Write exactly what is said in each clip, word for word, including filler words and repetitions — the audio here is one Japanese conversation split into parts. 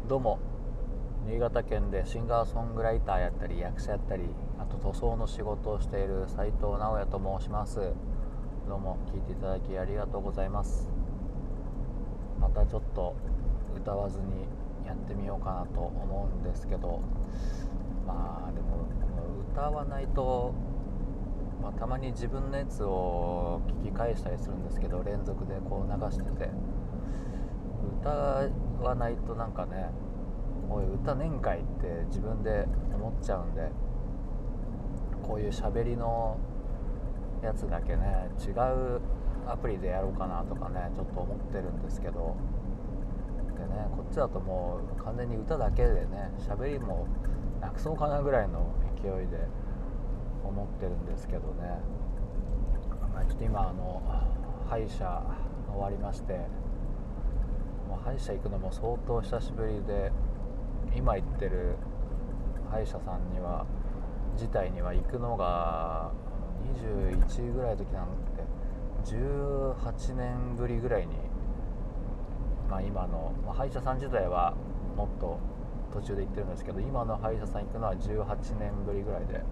どうも、新潟県でシンガーソングライターやったり役者やったり、あと塗装の仕事をしている斉藤直也と申します。どうも聞いていただきありがとうございます。またちょっと歌わずにやってみようかなと思うんですけど、まあでも歌わないと、まあ、たまに自分のやつを聞き返したりするんですけど、連続でこう流してて歌わないとなんかね、こういう歌ねんかいって自分で思っちゃうんで、こういう喋りのやつだけね、違うアプリでやろうかなとかね、ちょっと思ってるんですけど、でね、こっちだともう完全に歌だけでね、喋りもなくそうかなぐらいの勢いで思ってるんですけどね、まあ、ちょっと今あの歯医者終わりまして、もう歯医者行くのも相当久しぶりで、今行ってる歯医者さんには自体には行くのがにじゅういちぐらいの時なんでじゅうはちねんぶりぐらいに、まあ、今の、まあ、歯医者さん自体はもっと途中で行ってるんですけど、今の歯医者さん行くのはじゅうはちねんぶりぐらいで、で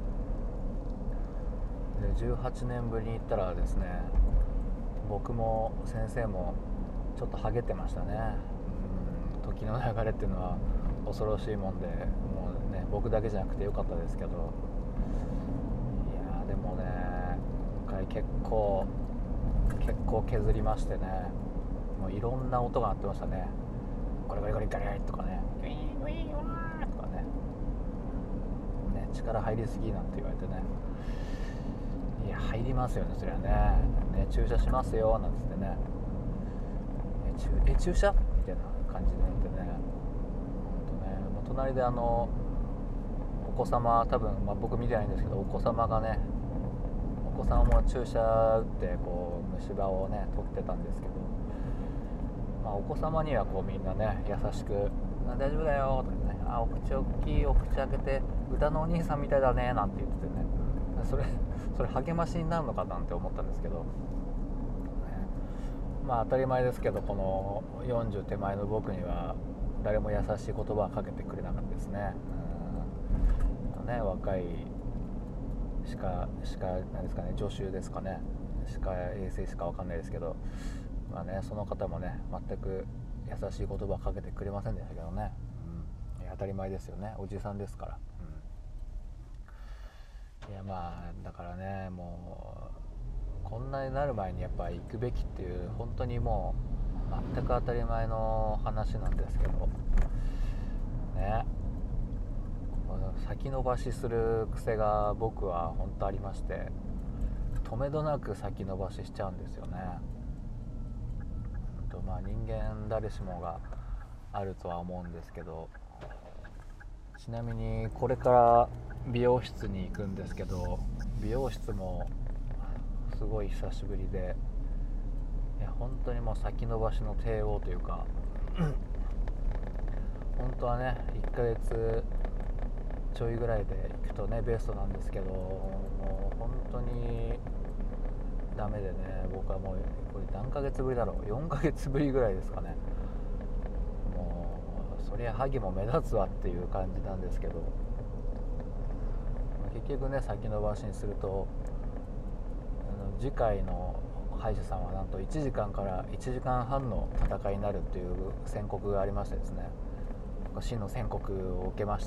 じゅうはちねんぶりに行ったらですね、僕も先生もちょっとハゲてましたね。うん、時の流れっていうのは恐ろしいもんで、もうね、僕だけじゃなくてよかったですけど、いやでもね、今回結構結構削りましてね、もういろんな音が鳴ってましたね。ゴリゴリゴリガリガリとかね、ウィーンウィーンワーとかね、ね、力入りすぎなんて言われてね、いや入りますよね、そりゃね。ね、注射しますよなんつってね、え 注, え注射みたいな感じでなってね、ほんとね、もう隣であのお子様、多分、まあ、僕見てないんですけど、お子様がね、お子様も注射打ってこう虫歯をね取ってたんですけど、まあ、お子様にはこうみんなね優しく「大丈夫だよ」とかね、あお口大きい、お口開けて歌のお兄さんみたいだねなんて言っててね、それそれ励ましになるのかなんて思ったんですけど、ね、まあ当たり前ですけど、このよんじゅう手前の僕には誰も優しい言葉はかけてくれなかったですね。うんね、若い歯科歯科なんですかね、助手ですかね、歯科衛生士か分かんないですけど、まあね、その方もね全く優しい言葉はかけてくれませんでしたけどね、うん、当たり前ですよね、おじさんですから、うん、いやまあだからね、もうこんなになる前にやっぱ行くべきっていう、本当にもう全く当たり前の話なんですけどね、先延ばしする癖が僕は本当ありまして、止めどなく先延ばししちゃうんですよね。とまあ人間誰しもがあるとは思うんですけど、ちなみにこれから美容室に行くんですけど、美容室もすごい久しぶりで、いや本当にもう先延ばしの帝王というか本当はねいっかげつちょいぐらいで行くとねベストなんですけど、もう本当にダメでね、僕はもうこれ何ヶ月ぶりだろう、よんかげつぶりぐらいですかね。もうそりゃハゲも目立つわっていう感じなんですけど、結局ね先延ばしにすると、あの次回の歯医者さんはなんといちじかんからいちじかんはんの戦いになるっていう宣告がありましてですね、死の宣告を受けまして、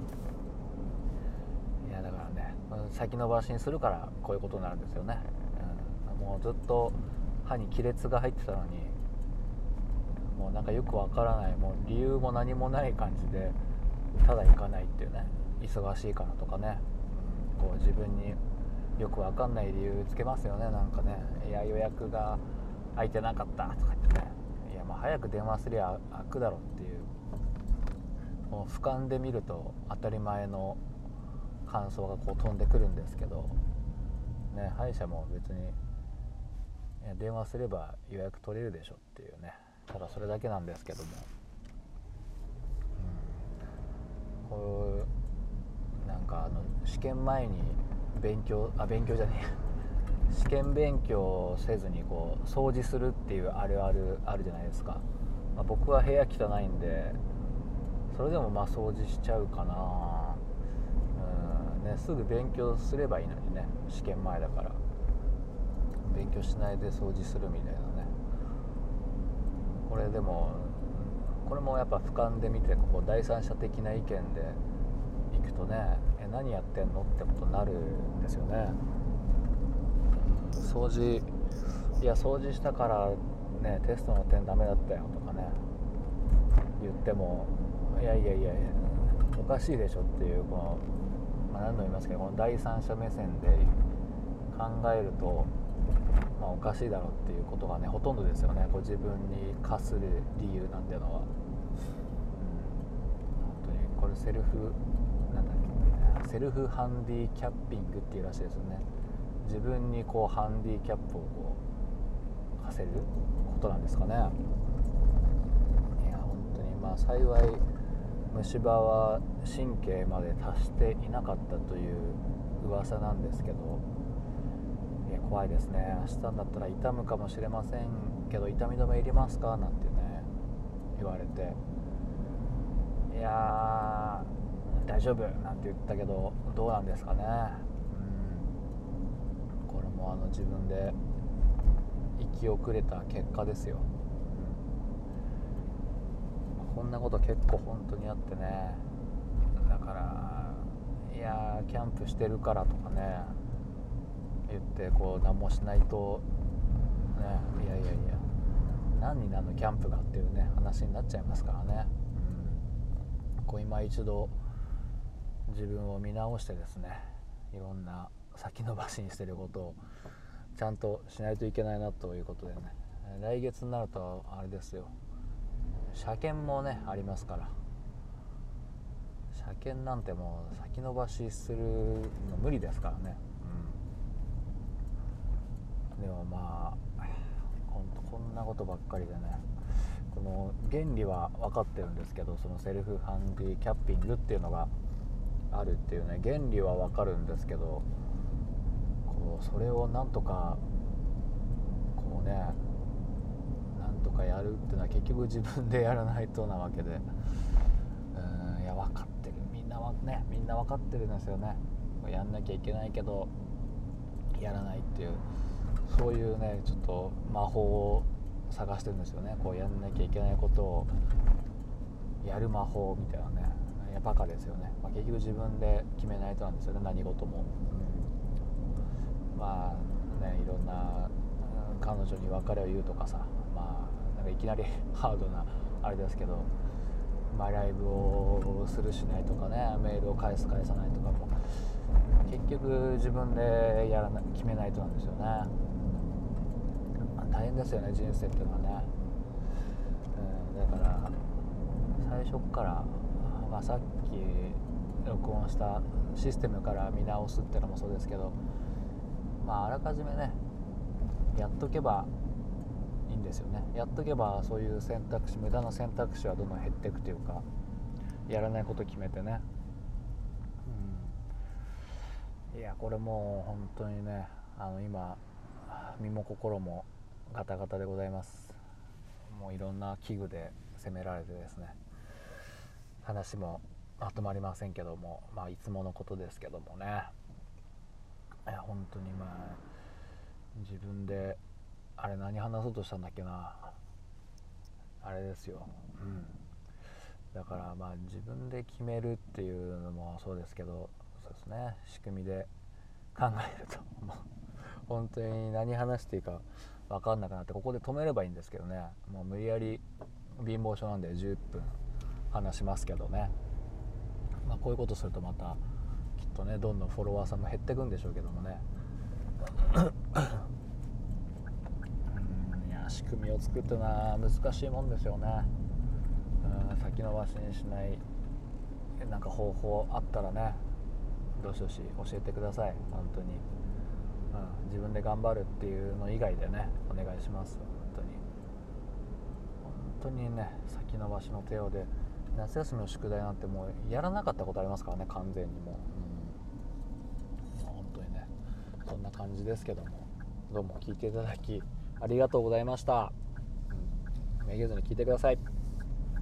いやだからね、先延ばしにするからこういうことになるんですよね、うん、もうずっと歯に亀裂が入ってたのに、もうなんかよくわからない、もう理由も何もない感じでただ行かないっていうね、忙しいからとかね、うん、こう自分によくわかんない理由つけますよね、なんかね、いや予約が空いてなかったとか言ってね、いやまあ早く電話すりゃ開くだろっていう、もう俯瞰で見ると当たり前の感想がこう飛んでくるんですけど、ね、歯医者も別に電話すれば予約取れるでしょっていうね、ただそれだけなんですけども、うん、こうなんかあの試験前に勉強あ勉強じゃねえ試験勉強せずにこう掃除するっていうあるあるあるじゃないですか、まあ、僕は部屋汚いんでそれでもまあ掃除しちゃうかな。うん、ね、すぐ勉強すればいいのにね、試験前だから勉強しないで掃除するみたいなね。これでもこれもやっぱ俯瞰で見て、ここ第三者的な意見でいくとね、え何やってんのってことになるんですよね。掃除、いや掃除したからねテストの点ダメだったよとかね言っても、いやいやいやいやおかしいでしょっていう、この、まあ、何度も言いますけど、この第三者目線で考えると、まあ、おかしいだろうっていうことがねほとんどですよね。こう自分に課する理由なんていうのは、うん、本当にこれセルフなんだっけセルフハンディキャッピングっていうらしいですよね。自分にこうハンディキャップをこう課せることなんですかね。いや本当にまあ幸い虫歯は神経まで達していなかったという噂なんですけど、いや怖いですね。明日になったら痛むかもしれませんけど、痛み止めいりますかなんてね言われて、いやー大丈夫なんて言ったけど、どうなんですかね。うん、これもあの自分で生き遅れた結果ですよ。こんなこと結構本当にあってね。だからいやキャンプしてるからとかね言ってこう何もしないとね、いやいやいや何になるのキャンプがっていうね話になっちゃいますからね。うん、こう今一度自分を見直してですね、いろんな先延ばしにしてることをちゃんとしないといけないなということでね、来月になるとあれですよ、車検もねありますから、車検なんてもう先延ばしするの無理ですからね。うん、でもまあほんとこんなことばっかりでね、この原理は分かってるんですけど、そのセルフハンディキャッピングっていうのがあるっていうね原理は分かるんですけど、こうそれをなんとかこうねなんとかやるっていうのは結局自分でやらないとなわけで、うん、いや分かってる、みんなはねみんな分かってるんですよね。やんなきゃいけないけどやらないっていう、そういうねちょっと魔法を探してるんですよね。こうやんなきゃいけないことをやる魔法みたいなね。いやバカですよね、まあ、結局自分で決めないとなんですよね、何事も。うん、まあねいろんな彼女に別れを言うとかさ、まあなんかいきなりハードなあれですけど、まあライブをするしないとかね、メールを返す返さないとかも結局自分でやらな決めないとなんですよね。大変ですよね人生っていうのはね。うん、だから最初から、まあ、さっき録音したシステムから見直すっていうのもそうですけど、まああらかじめねやっとけばいいんですよね。やっとけばそういう選択肢、無駄な選択肢はどんどん減っていくというか、やらないこと決めてね。うん、いやこれもう本当にね、あの今身も心もガタガタでございます。もういろんな器具で攻められてですね、話もまとまりませんけども、まあいつものことですけどもね。いや本当にまあ自分であれ何話そうとしたんだっけな、あれですよ。うん、だからまあ自分で決めるっていうのもそうですけど、そうですね、仕組みで考えるともう本当に何話していいか分かんなくなって、ここで止めればいいんですけどね、もう無理やり貧乏症なんでじゅっぷん話しますけどね、まあ、こういうことするとまたきっとねどんどんフォロワーさんも減っていくんでしょうけどもねうん、いや仕組みを作ってのは難しいもんですよね。うん、先延ばしにしないなんか方法あったらねどしどし教えてください本当に。うん、自分で頑張るっていうの以外でねお願いします本当に。本当にね先延ばしの手をで夏休みの宿題なんてもうやらなかったことありますからね完全にもう、うん、本当にねそんな感じですけども、どうも聞いていただきありがとうございました。うん、めげずに聞いてください。